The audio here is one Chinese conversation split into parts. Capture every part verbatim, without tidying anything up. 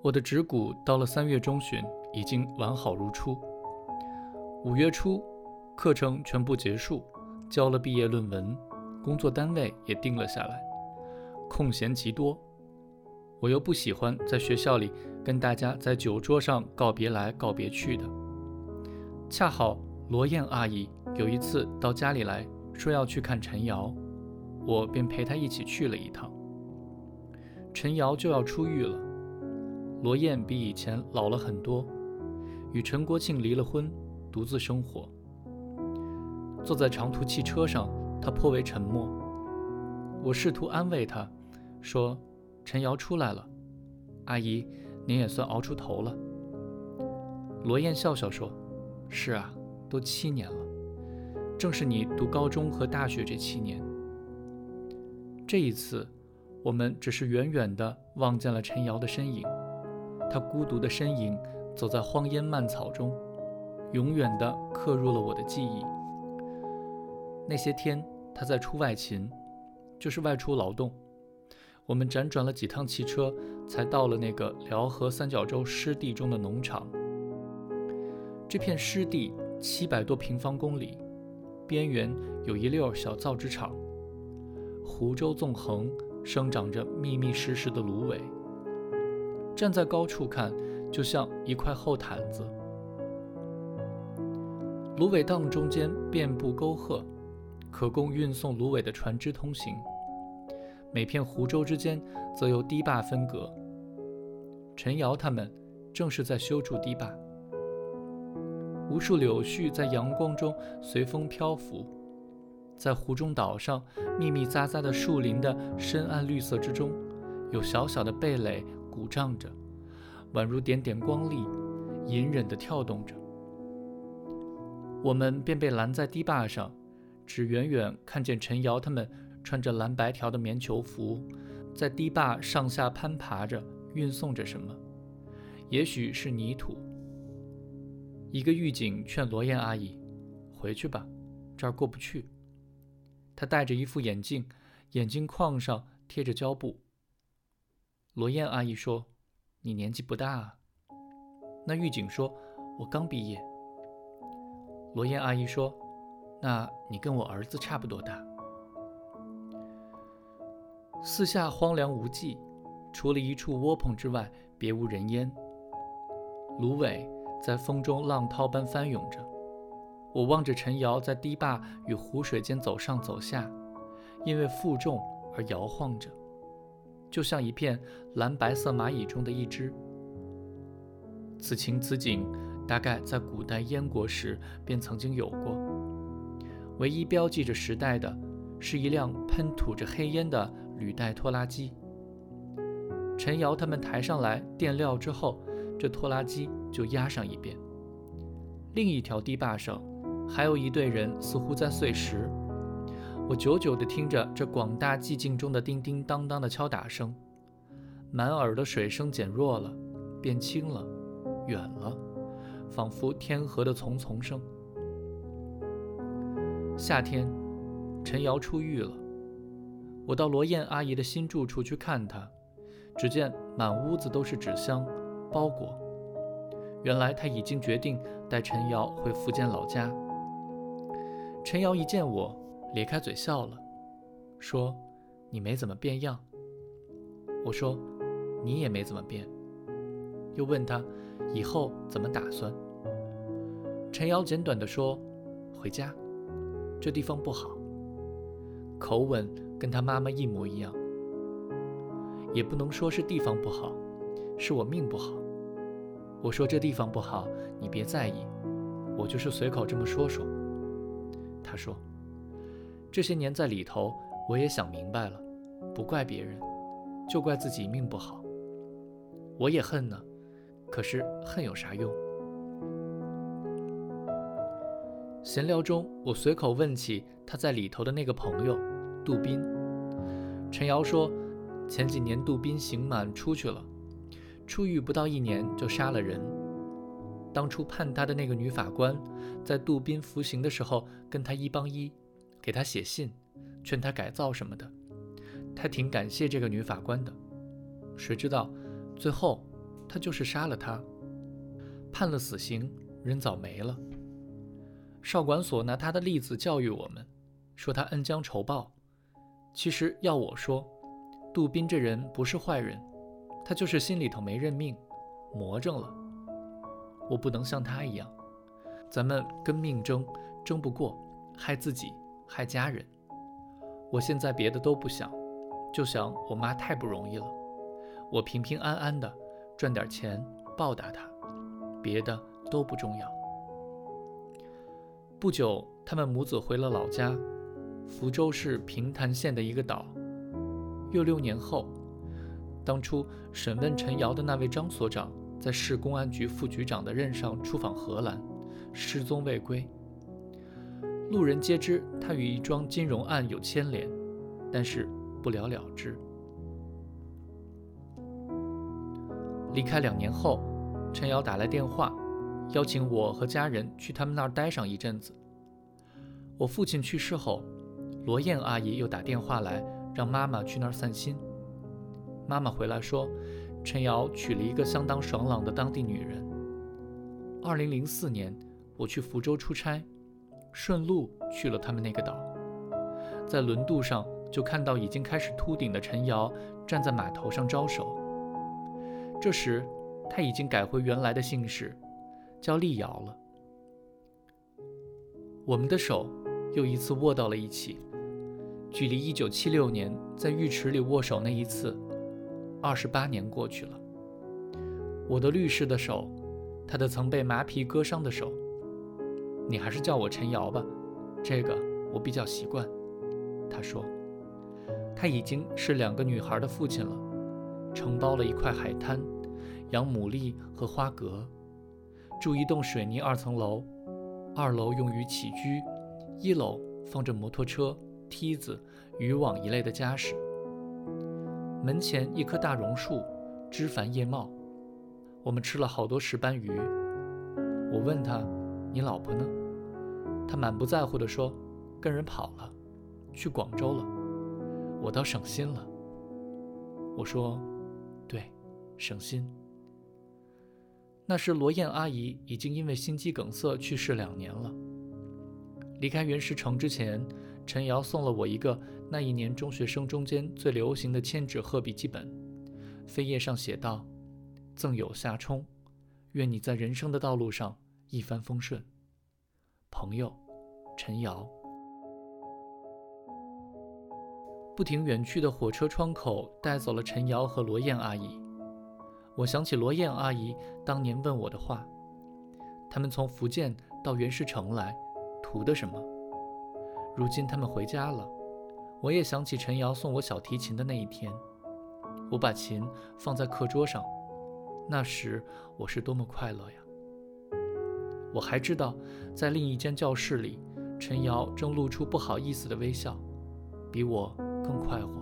我的指骨到了三月中旬已经完好如初。五月初，课程全部结束，交了毕业论文，工作单位也定了下来，空闲极多。我又不喜欢在学校里跟大家在酒桌上告别来告别去的。恰好罗燕阿姨有一次到家里来，说要去看陈瑶，我便陪她一起去了一趟。陈瑶就要出狱了，罗燕比以前老了很多，与陈国庆离了婚，独自生活。坐在长途汽车上，她颇为沉默。我试图安慰她，说陈瑶出来了，阿姨您也算熬出头了。罗燕笑笑说，是啊，都七年了，正是你读高中和大学这七年。这一次我们只是远远地望见了陈瑶的身影，她孤独的身影走在荒烟蔓草中，永远地刻入了我的记忆。那些天她在出外勤，就是外出劳动。我们辗转了几趟汽车，才到了那个辽河三角洲湿地中的农场。这片湿地七百多平方公里，边缘有一溜小造纸厂，湖州纵横生长着密密实实的芦苇，站在高处看，就像一块厚毯子。芦苇荡中间遍布沟壑，可供运送芦苇的船只通行。每片湖州之间则由堤坝分隔。陈瑶他们正是在修筑堤坝。无数柳絮在阳光中随风漂浮，在湖中岛上密密匝匝的树林的深暗绿色之中，有小小的蓓蕾鼓胀着，宛如点点光粒，隐忍地跳动着。我们便被拦在堤坝上，只远远看见陈瑶他们穿着蓝白条的棉球服，在堤坝上下攀爬着，运送着什么，也许是泥土。一个狱警劝罗燕阿姨，回去吧，这儿过不去。他戴着一副眼镜，眼镜框上贴着胶布。罗燕阿姨说，你年纪不大啊。那狱警说，我刚毕业。罗燕阿姨说，那你跟我儿子差不多大。四下荒凉无际，除了一处窝棚之外，别无人烟。芦苇在风中浪涛般翻涌着，我望着陈瑶在堤坝与湖水间走上走下，因为负重而摇晃着，就像一片蓝白色蚂蚁中的一只。此情此景，大概在古代燕国时便曾经有过。唯一标记着时代的，是一辆喷吐着黑烟的履带拖拉机。陈瑶他们抬上来垫料之后，这拖拉机就压上一边。另一条堤坝上还有一队人似乎在碎石，我久久地听着这广大寂静中的叮叮当当的敲打声，满耳的水声减弱了，变轻了，远了，仿佛天河的淙淙声。夏天，陈瑶出狱了，我到罗燕阿姨的新住处去看她，只见满屋子都是纸箱包裹。原来她已经决定带陈瑶回福建老家。陈瑶一见我，咧开嘴笑了，说：“你没怎么变样。”我说：“你也没怎么变。”又问她以后怎么打算。陈瑶简短地说：“回家，这地方不好。”口吻跟她妈妈一模一样。也不能说是地方不好，是我命不好。我说这地方不好，你别在意，我就是随口这么说说。他说，这些年在里头，我也想明白了，不怪别人，就怪自己命不好。我也恨呢，可是恨有啥用？闲聊中，我随口问起他在里头的那个朋友杜斌。陈瑶说，前几年杜斌刑满出去了，出狱不到一年就杀了人。当初判他的那个女法官，在杜斌服刑的时候跟他一帮一，给他写信，劝他改造什么的。他挺感谢这个女法官的。谁知道最后他就是杀了他，判了死刑，人早没了。少管所拿他的例子教育我们，说他恩将仇报。其实要我说，杜宾这人不是坏人，他就是心里头没认命，魔怔了。我不能像他一样，咱们跟命争，争不过，害自己，害家人。我现在别的都不想，就想我妈太不容易了，我平平安安的赚点钱报答她，别的都不重要。不久，他们母子回了老家，福州市平潭县的一个岛。又六年后，当初审问陈瑶的那位张所长，在市公安局副局长的任上出访荷兰，失踪未归。路人皆知他与一桩金融案有牵连，但是不了了之。离开两年后，陈瑶打来电话，邀请我和家人去他们那儿待上一阵子。我父亲去世后，罗燕阿姨又打电话来，让妈妈去那儿散心。妈妈回来说，陈瑶娶了一个相当爽朗的当地女人。二零零四年，我去福州出差，顺路去了他们那个岛，在轮渡上就看到已经开始秃顶的陈瑶站在码头上招手。这时他已经改回原来的姓氏，叫丽瑶了。我们的手又一次握到了一起，距离一九七六年在浴池里握手那一次，二十八年过去了。我的律师的手，他的曾被麻皮割伤的手。你还是叫我陈瑶吧，这个我比较习惯。他说，他已经是两个女孩的父亲了，承包了一块海滩，养牡蛎和花蛤，住一栋水泥二层楼，二楼用于起居，一楼放着摩托车、梯子、渔网一类的家什。门前一棵大榕树，枝繁叶茂。我们吃了好多石斑鱼。我问他，你老婆呢？他满不在乎地说，跟人跑了，去广州了。我倒省心了。我说，对，省心。那时罗燕阿姨已经因为心肌梗塞去世两年了。离开原石城之前，陈瑶送了我一个那一年中学生中间最流行的铅纸鹤笔记本，扉页上写道，赠友夏冲，愿你在人生的道路上一帆风顺。朋友，陈瑶。不停远去的火车窗口带走了陈瑶和罗燕阿姨。我想起罗燕阿姨当年问我的话，他们从福建到原石城来，图的什么？如今他们回家了，我也想起陈瑶送我小提琴的那一天。我把琴放在课桌上，那时我是多么快乐呀！我还知道，在另一间教室里，陈瑶正露出不好意思的微笑，比我更快活。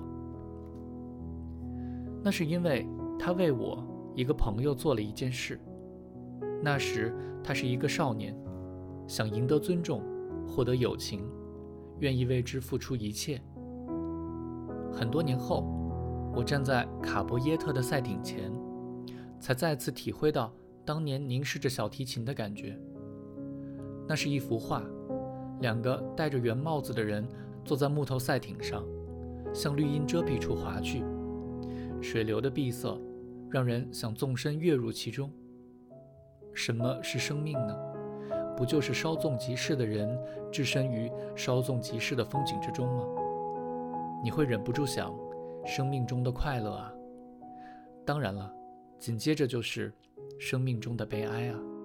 那是因为他为我一个朋友做了一件事。那时他是一个少年，想赢得尊重，获得友情，愿意为之付出一切。很多年后，我站在卡博耶特的赛艇前，才再次体会到当年凝视着小提琴的感觉。那是一幅画，两个戴着圆帽子的人坐在木头赛艇上，向绿荫遮蔽处划去。水流的闭塞让人想纵身跃入其中。什么是生命呢？不就是稍纵即逝的人置身于稍纵即逝的风景之中吗？你会忍不住想，生命中的快乐啊，当然了，紧接着就是生命中的悲哀啊。